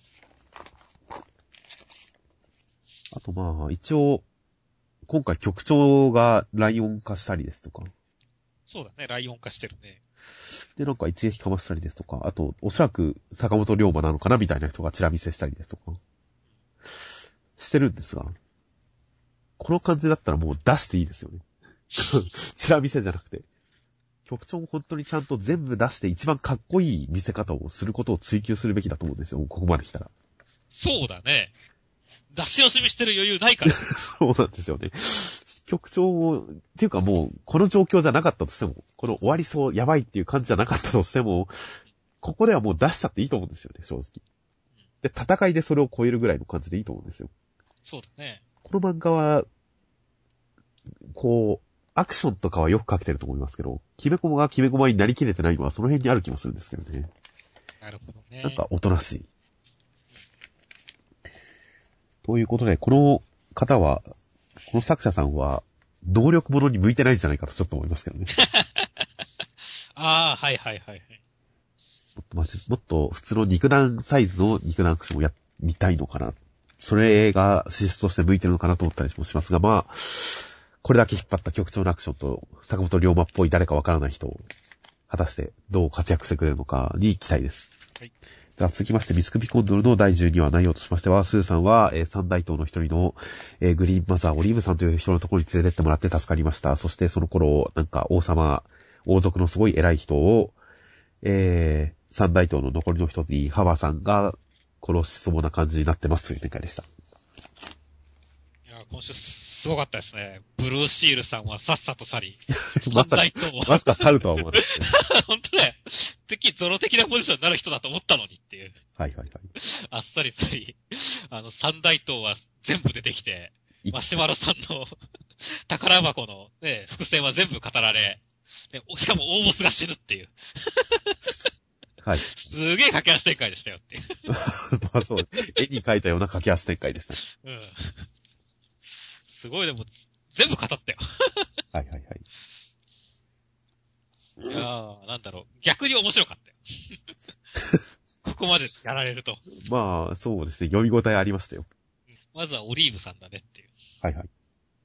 あとまあ、一応、今回局長がライオン化したりですとか。 そうだね、ライオン化してるね。 で、なんか一撃かましたりですとか、あと、おそらく坂本龍馬なのかなみたいな人がチラ見せしたりですとか、してるんですが、この感じだったらもう出していいですよね。チラ見せじゃなくて。局長も本当にちゃんと全部出して一番かっこいい見せ方をすることを追求するべきだと思うんですよ。ここまで来たら。 そうだね。出し惜しみしてる余裕ないから。 そうなんですよね。局長も、っていうかもう、この状況じゃなかったとしても、この終わりそうやばいっていう感じじゃなかったとしても、ここではもう出しちゃっていいと思うんですよね、正直。で、戦いでそれを超えるぐらいの感じでいいと思うんですよ。 そうだね。 この漫画は、こう、アクションとかはよく描けてると思いますけど、キメコマがキメコマになりきれてないのはその辺にある気もするんですけどね。 なるほどね。 なんかおとなしい。ということで、この方は、この作者さんは、能力者に向いてないんじゃないかとちょっと思いますけどね。 ああ、はいはいはいはい。 もっと普通の肉弾サイズの肉弾アクションを見たいのかな。それが資質として向いてるのかなと思ったりもしますが、まあ、これだけ引っ張った局長のアクションと坂本龍馬っぽい誰かわからない人を果たしてどう活躍してくれるのかに期待です。 はい。 では続きましてミスクビコンドルの第12話内容としましては、スーさんは、三大東の一人の、グリーンマザーオリーブさんという人のところに連れてってもらって助かりました。そしてその頃、なんか王族のすごい偉い人を、三大東の残りの一つにハワさんが殺しそうな感じになってますという展開でした。 いや、今週すごかったですね。ブルーシールさんはさっさと去り。 まさか去るとは思わない。 本当だよ。ゾロ的なポジションになる人だと思ったのにっていう。 はいはいはい。 あっさり去り。三大東は全部出てきて、マシュマロさんの宝箱のね、伏線は全部語られ、しかも大ボスが死ぬっていう。 はい。 すげえ駆け足展開でしたよっていう。 まあそう。絵に描いたような駆け足展開でした。 うん。すごいでも、全部語ったよ。 はいはいはい。 いやー、なんだろう。逆に面白かったよ。ここまでやられると。 まあ、そうですね。読み応えありましたよ。 まずはオリーブさんだねっていう。 はいはい。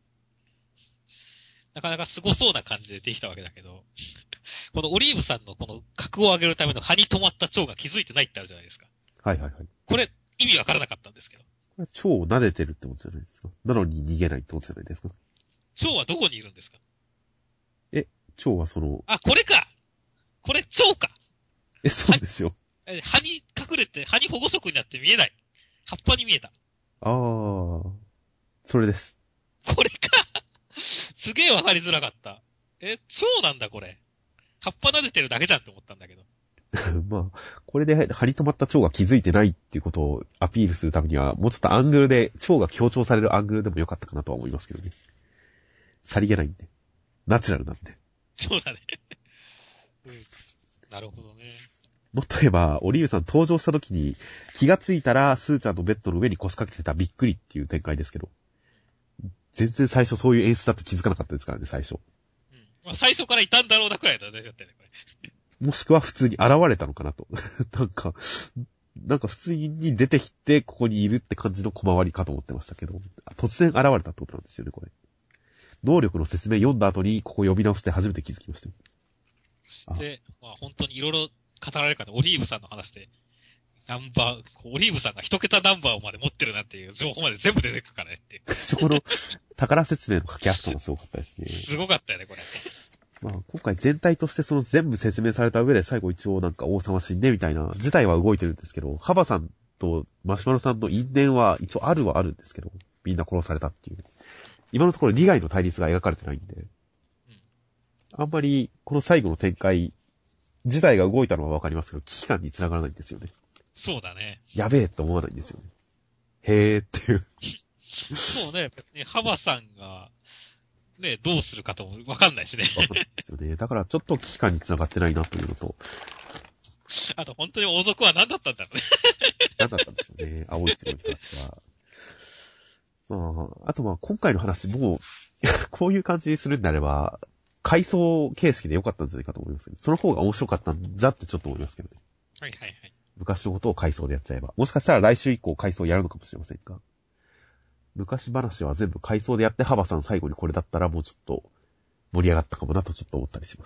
なかなか凄そうな感じでできたわけだけど、このオリーブさんのこの格を上げるための歯に止まった蝶が気づいてないってあるじゃないですか。 はいはいはい。 これ、意味わからなかったんですけど。 これ蝶を撫でてるってことじゃないですか。なのに逃げないってことじゃないですか。 蝶はどこにいるんですか？ 蝶はその、 あ、これか！これ蝶か！ そうですよ。 葉に隠れて、葉に保護色になって見えない。葉っぱに見えた。 あー、それです。 これかすげえわかりづらかった。蝶なんだこれ。葉っぱ撫でてるだけじゃんって思ったんだけど。 まあ、これで張り止まった蝶が気づいてないっていうことをアピールするためには、もうちょっとアングルで、蝶が強調されるアングルでもよかったかなとは思いますけどね。さりげないんで。ナチュラルなんで。 そうだね。うん。なるほどね。 もっと言えば、オリーブさん登場した時に気がついたらスーちゃんのベッドの上に腰掛けてたびっくりっていう展開ですけど。全然最初そういう演出だって気づかなかったですからね、最初。 うん。まあ、最初からいたんだろうなくらいだね、だってね、これ。 もしくは普通に現れたのかなと。なんか普通に出てきてここにいるって感じの小回りかと思ってましたけど、突然現れたってことなんですよね、これ。能力の説明読んだ後にここ呼び直して初めて気づきましたよ。 そして、まあ本当にいろいろ語られるから、オリーブさんの話で、オリーブさんが一桁ナンバーまで持ってるなっていう情報まで全部出てくるからねっていう。 そこの宝説明の書き足すのもすごかったですね。 すごかったよね、これ。 まあ今回全体としてその全部説明された上で最後一応なんか王様死んでみたいな事態は動いてるんですけど、ハバさんとマシュマロさんの因縁は一応あるはあるんですけど、みんな殺されたっていう。今のところ利害の対立が描かれてないんで、あんまりこの最後の展開自体が動いたのはわかりますけど、危機感に繋がらないんですよね。 そうだね。 やべえって思わないんですよね。へーっていう。 そうね、別にハバさんが、ね、どうするかともわかんないしね。 わかんないですよね。だからちょっと危機感に繋がってないなというのと。 あと本当に王族は何だったんだろうね。 何だったんでしょうね。青い血の人たちは。まあ、あと今回の話もう、こういう感じにするんであれば、回想形式で良かったんじゃないかと思いますけど、その方が面白かったんじゃってちょっと思いますけどね。 はいはいはい。 昔のことを回想でやっちゃえば。もしかしたら来週以降回想やるのかもしれませんが。昔話は全部回想でやって、ハバさん最後にこれだったらもうちょっと盛り上がったかもなとちょっと思ったりします。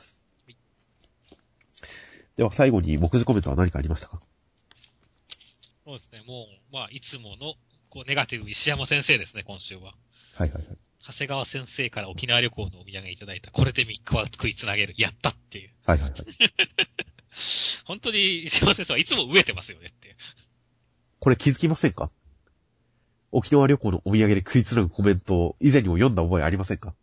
では最後に目次コメントは何かありましたか？ そうですね、もう、まあ、いつもの、ネガティブ石山先生ですね、今週は。 はいはいはい。 長谷川先生から沖縄旅行のお土産いただいた、これで3日は食いつなげる、やったっていう。 はいはいはい。 本当に石山先生はいつも飢えてますよねっていう。 これ気づきませんか？沖縄旅行のお土産で食いつなぐコメントを以前にも読んだ覚えありませんか？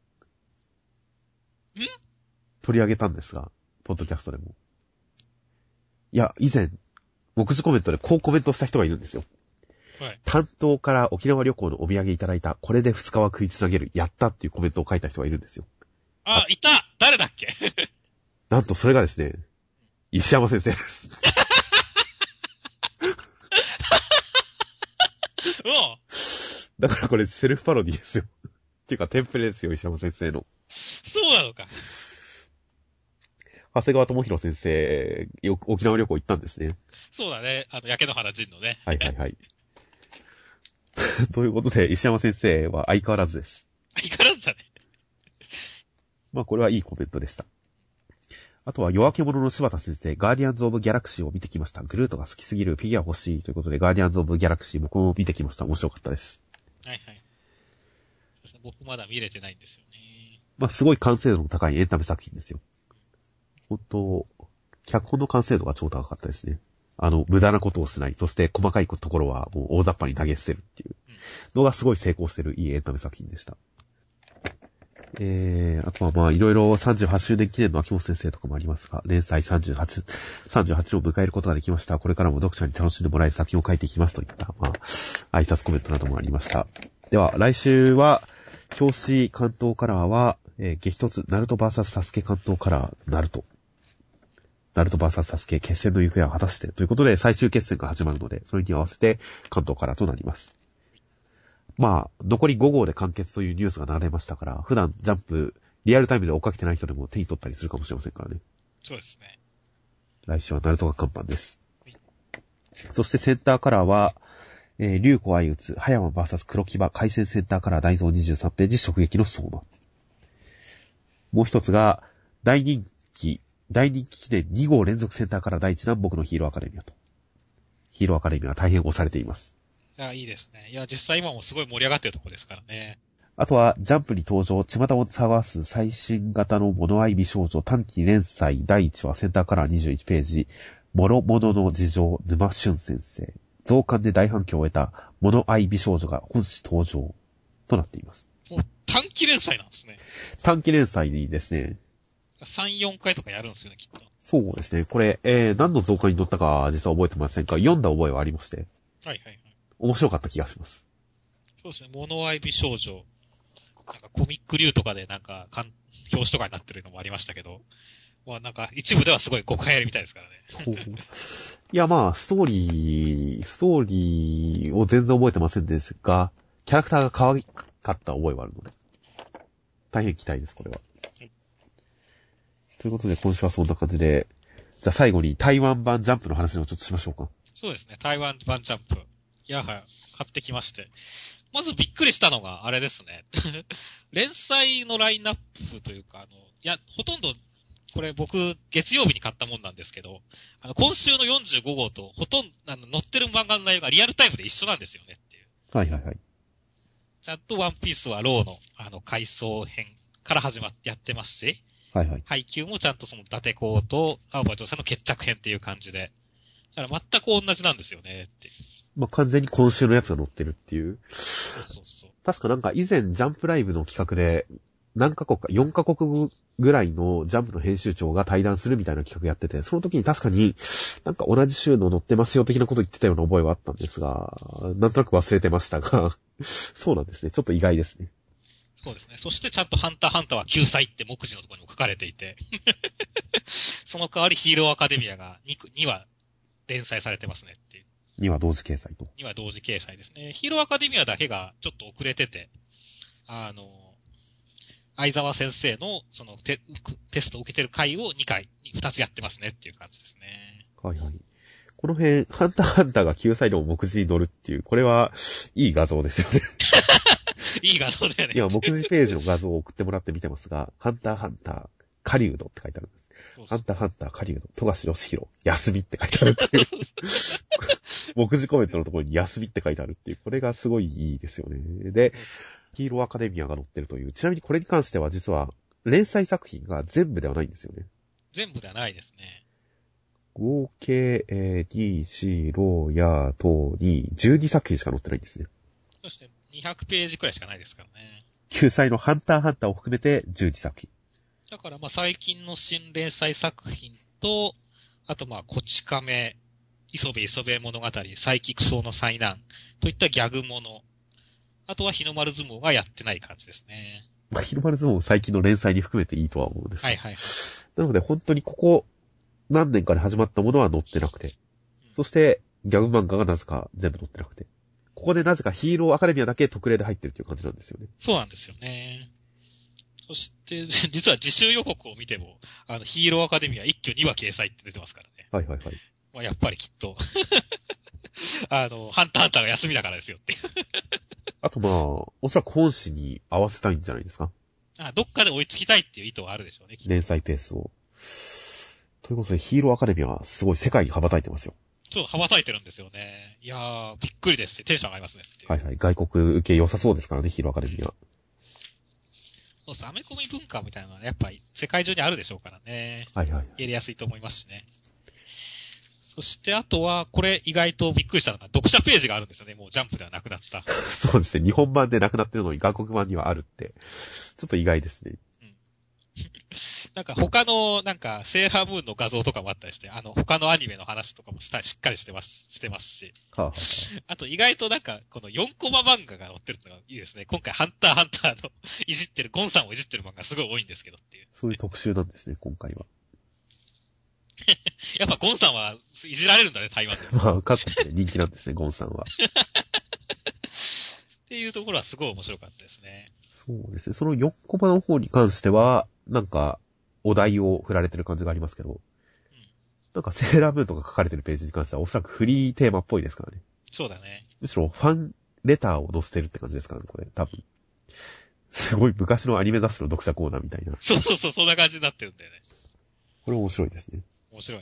取り上げたんですが、ポッドキャストでも。いや、以前、目次コメントでこうコメントした人がいるんですよ。 はい。 担当から沖縄旅行のお土産いただいた、これで2日は食いつなげる、やったっていうコメントを書いた人がいるんですよ。 あ、いた誰だっけなんとそれがですね、石山先生です。だからこれセルフパロディですよ。っていうかテンプレですよ、石山先生の。 そうなのか。 長谷川智弘先生、沖縄旅行行ったんですね。 そうだね。焼け野原仁のね。 はいはいはい。ということで、石山先生は相変わらずです。 相変わらずだね。 まあこれはいいコメントでした。あとは夜明け者の柴田先生、ガーディアンズ・オブ・ギャラクシーを見てきました。グルートが好きすぎる、フィギュア欲しいということで、ガーディアンズ・オブ・ギャラクシー僕も見てきました。面白かったです。 はいはい。僕まだ見れてないんですよね。 まあすごい完成度の高いエンタメ作品ですよ。本当、脚本の完成度が超高かったですね。無駄なことをしない。そして細かいところはもう大雑把に投げ捨てるっていうのがすごい成功してるいいエンタメ作品でした。あとはまあいろいろ38周年記念の秋元先生とかもありますが、連載38年を迎えることができました。これからも読者に楽しんでもらえる作品を書いていきますといった、まあ、挨拶コメントなどもありました。では、来週は、表紙関東カラーは、激突、ナルト VS サスケ関東カラー、ナルト VS サスケ決戦の行方を果たして、ということで最終決戦が始まるので、それに合わせて関東カラーとなります。まあ、残り5号で完結というニュースが流れましたから、普段ジャンプ、リアルタイムで追っかけてない人でも手に取ったりするかもしれませんからね。 そうですね。 来週はナルトが看板です。そしてセンターカラーは、竜子相打つ、葉山 VS 黒木場、回戦センターカラー大蔵23ページ、直撃の相馬。もう一つが、大人気記念2号連続センターカラー第1弾、僕のヒーローアカデミアと。ヒーローアカデミアは大変押されています。 いや、いいですね。いや、実際今もすごい盛り上がってるところですからね。 あとは、ジャンプに登場、巷を騒がす最新型の物合い美少女短期連載第1話センターカラー21ページ、諸々の事情、沼俊先生。増刊で大反響を得た物合い美少女が本誌登場となっています。 もう短期連載なんですね。 短期連載にですね。 3、4回とかやるんですよね、きっと。 そうですね。これ、何の増刊に載ったか実は覚えてませんか？読んだ覚えはありまして。 はいはいはい。 面白かった気がします。 そうですね、物合い美少女。なんかコミック流とかでなんか、表紙とかになってるのもありましたけど、まあなんか一部ではすごい誤解ありみたいですからね。 いやまあ、ストーリーを全然覚えてませんですが、キャラクターが可愛かった覚えはあるので、大変期待です、これは。ということで今週はそんな感じで、じゃあ最後に台湾版ジャンプの話をちょっとしましょうか。 そうですね、台湾版ジャンプ。いやはや、買ってきまして。まずびっくりしたのが、あれですね。連載のラインナップというか、いや、ほとんど、これ僕、月曜日に買ったもんなんですけど、今週の45号と、ほとんど、載ってる漫画の内容がリアルタイムで一緒なんですよねっていう。 はいはいはい。 ちゃんとワンピースはローの、回想編から始まってやってますし、 はいはい。 配給もちゃんとその、伊達公と青葉城さんの決着編っていう感じで。だから全く同じなんですよね、って。 まあ、完全に今週のやつが載ってるっていう。 そうそうそう。 確かなんか以前ジャンプライブの企画で、何カ国か、4カ国ぐらいのジャンプの編集長が対談するみたいな企画やってて、その時に確かになんか同じ週の載ってますよ的なこと言ってたような覚えはあったんですが、なんとなく忘れてましたが、そうなんですね。ちょっと意外ですね。 そうですね。そしてちゃんとハンターハンターは救済って目次のところにも書かれていて、その代わりヒーローアカデミアが2話連載されてますねっていう。 2話同時掲載と。 2話同時掲載ですね。ヒーローアカデミアだけがちょっと遅れてて、相沢先生のそのテストを受けてる回を2つやってますねっていう感じですね。 はいはい。この辺、ハンターハンターが救済の目次に載るっていう、これはいい画像ですよね。 いい画像だよね。 今、目次ページの画像を送ってもらって見てますが、ハンターハンター、狩人って書いてあるんです。ハンターハンター、狩人、富樫義弘、休みって書いてあるっていう。目次コメントのところに休みって書いてあるっていう、これがすごいいいですよね。で、ヒーローアカデミアが載ってるという、ちなみにこれに関しては実は、連載作品が全部ではないんですよね。 全部ではないですね。 合計、D、C、ロー、ヤー、トーに12作品しか載ってないんですね。 そして200ページくらいしかないですからね。 救済のハンターハンターを含めて12作品。 だからまあ最近の新連載作品と、あとまあこち亀、磯部物語、サイキクソウの災難といったギャグもの。あとは日の丸相撲がやってない感じですね。 まあ、日の丸相撲も最近の連載に含めていいとは思うんです。 はいはい。 なので本当にここ何年かで始まったものは載ってなくて。そしてギャグ漫画がなぜか全部載ってなくて。ここでなぜかヒーローアカデミアだけ特例で入ってるという感じなんですよね。 そうなんですよね。そして、実は自習予告を見ても、ヒーローアカデミア一挙2話掲載って出てますからね。 はいはいはい。 まあ、やっぱりきっと、ハンターハンターが休みだからですよっていう。 あとまあ、おそらく本誌に合わせたいんじゃないですか。 どっかで追いつきたいっていう意図はあるでしょうね。 連載ペースを。ということで、ヒーローアカデミアはすごい世界に羽ばたいてますよ。 そう、羽ばたいてるんですよね。いやー、びっくりですし、テンション上がりますねっていう。 はいはい。外国受け良さそうですからね、ヒーローアカデミア。 そうです。アメコミ文化みたいなのは、やっぱり世界中にあるでしょうからね。 はいはい。 やりやすいと思いますしね。そしてあとは、これ意外とびっくりしたのが、読者ページがあるんですよね。もうジャンプではなくなった。 そうですね。日本版でなくなってるのに外国版にはあるって、ちょっと意外ですね。 なんか他の、なんか、セーラームーンの画像とかもあったりして、他のアニメの話とかもしっかりしてますし。 はあはあと意外となんか、この4コマ漫画が載ってるのがいいですね。今回ハンターハンターのいじってる、ゴンさんをいじってる漫画すごい多いんですけどっていう。 そういう特集なんですね、今回は。 やっぱゴンさんはいじられるんだね、台湾で。 まあ、各国で人気なんですね、ゴンさんは。 っていうところはすごい面白かったですね。 そうですね。その4コマの方に関しては、なんか、 お題を振られてる感じがありますけど、なんかセーラームーンとか書かれてるページに関してはおそらくフリーテーマっぽいですからね。 そうだね。 むしろファンレターを載せてるって感じですからね、これ。多分。すごい昔のアニメ雑誌の読者コーナーみたいな。 そうそうそう、そんな感じになってるんだよね。 これ面白いですね。 面白いね。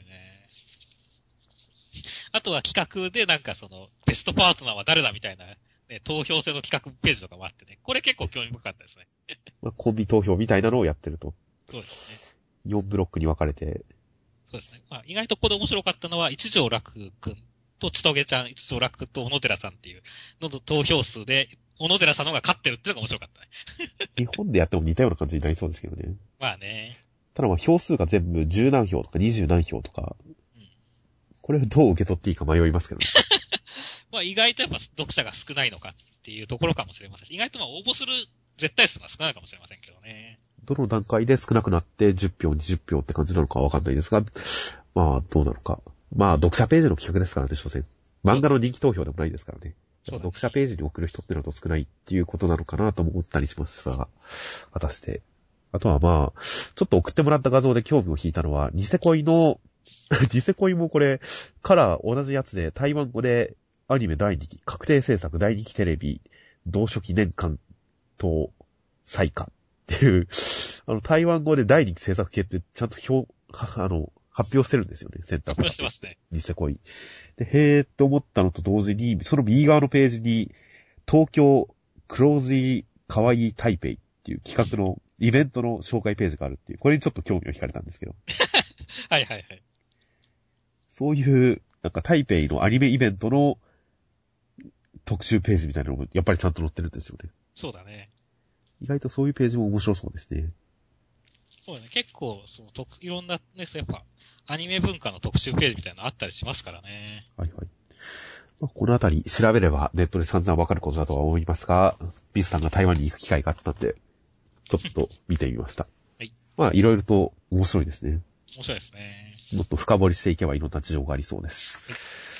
あとは企画でなんかその、ベストパートナーは誰だみたいな、ね、投票制の企画ページとかもあってね。これ結構興味深かったですね。 まあ、コンビ投票みたいなのをやってると。 そうですね。 4ブロックに分かれて。 そうですね。まあ、意外とここで面白かったのは、一条楽くんと千棘ちゃん、一条楽と小野寺さんっていうのと投票数で、小野寺さんの方が勝ってるっていうのが面白かったね。 日本でやっても似たような感じになりそうですけどね。 まあね。 ただまあ票数が全部10何票とか20何票とか、これをどう受け取っていいか迷いますけどね。 まあ意外とやっぱ読者が少ないのかっていうところかもしれませんし、意外とまあ応募する絶対数が少ないかもしれませんけどね。 どの段階で少なくなって10票、20票って感じなのかはわかんないですが、まあどうなのか。まあ読者ページの企画ですからね、所詮。漫画の人気投票でもないですからね。読者ページに送る人ってのと少ないっていうことなのかなと思ったりしましたが、果たして。あとはまあ、ちょっと送ってもらった画像で興味を引いたのは、ニセ恋の、ニセ恋もこれ、カラー同じやつで台湾語でアニメ第2期、確定制作第2期テレビ、同初期年間と再化っていう、台湾語で第2期制作系ってちゃんと発表してるんですよね、センターから。 発表してますね。 ニセ恋。で、へーって思ったのと同時に、その右側のページに、東京クローズイかわいい台北っていう企画のイベントの紹介ページがあるっていう、これにちょっと興味を惹かれたんですけど。 はいはいはい。 そういう、なんか台北のアニメイベントの特集ページみたいなのもやっぱりちゃんと載ってるんですよね。 そうだね。 意外とそういうページも面白そうですね。 そうだね。結構、いろんなね、やっぱ、アニメ文化の特集ページみたいなのあったりしますからね。 はいはい。まあ、このあたり調べればネットで散々わかることだとは思いますが、ビスさんが台湾に行く機会があったんで、ちょっと見てみました。 はい。 まあ、いろいろと面白いですね。 面白いですね。 もっと深掘りしていけばいろんな事情がありそうです。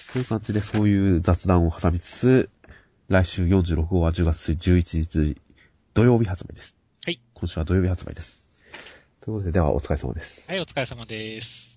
という感じで、そういう雑談を挟みつつ、来週46号は10月11日土曜日発売です。 はい。 今週は土曜日発売です。ということで、ではお疲れ様です。 はい、お疲れ様です。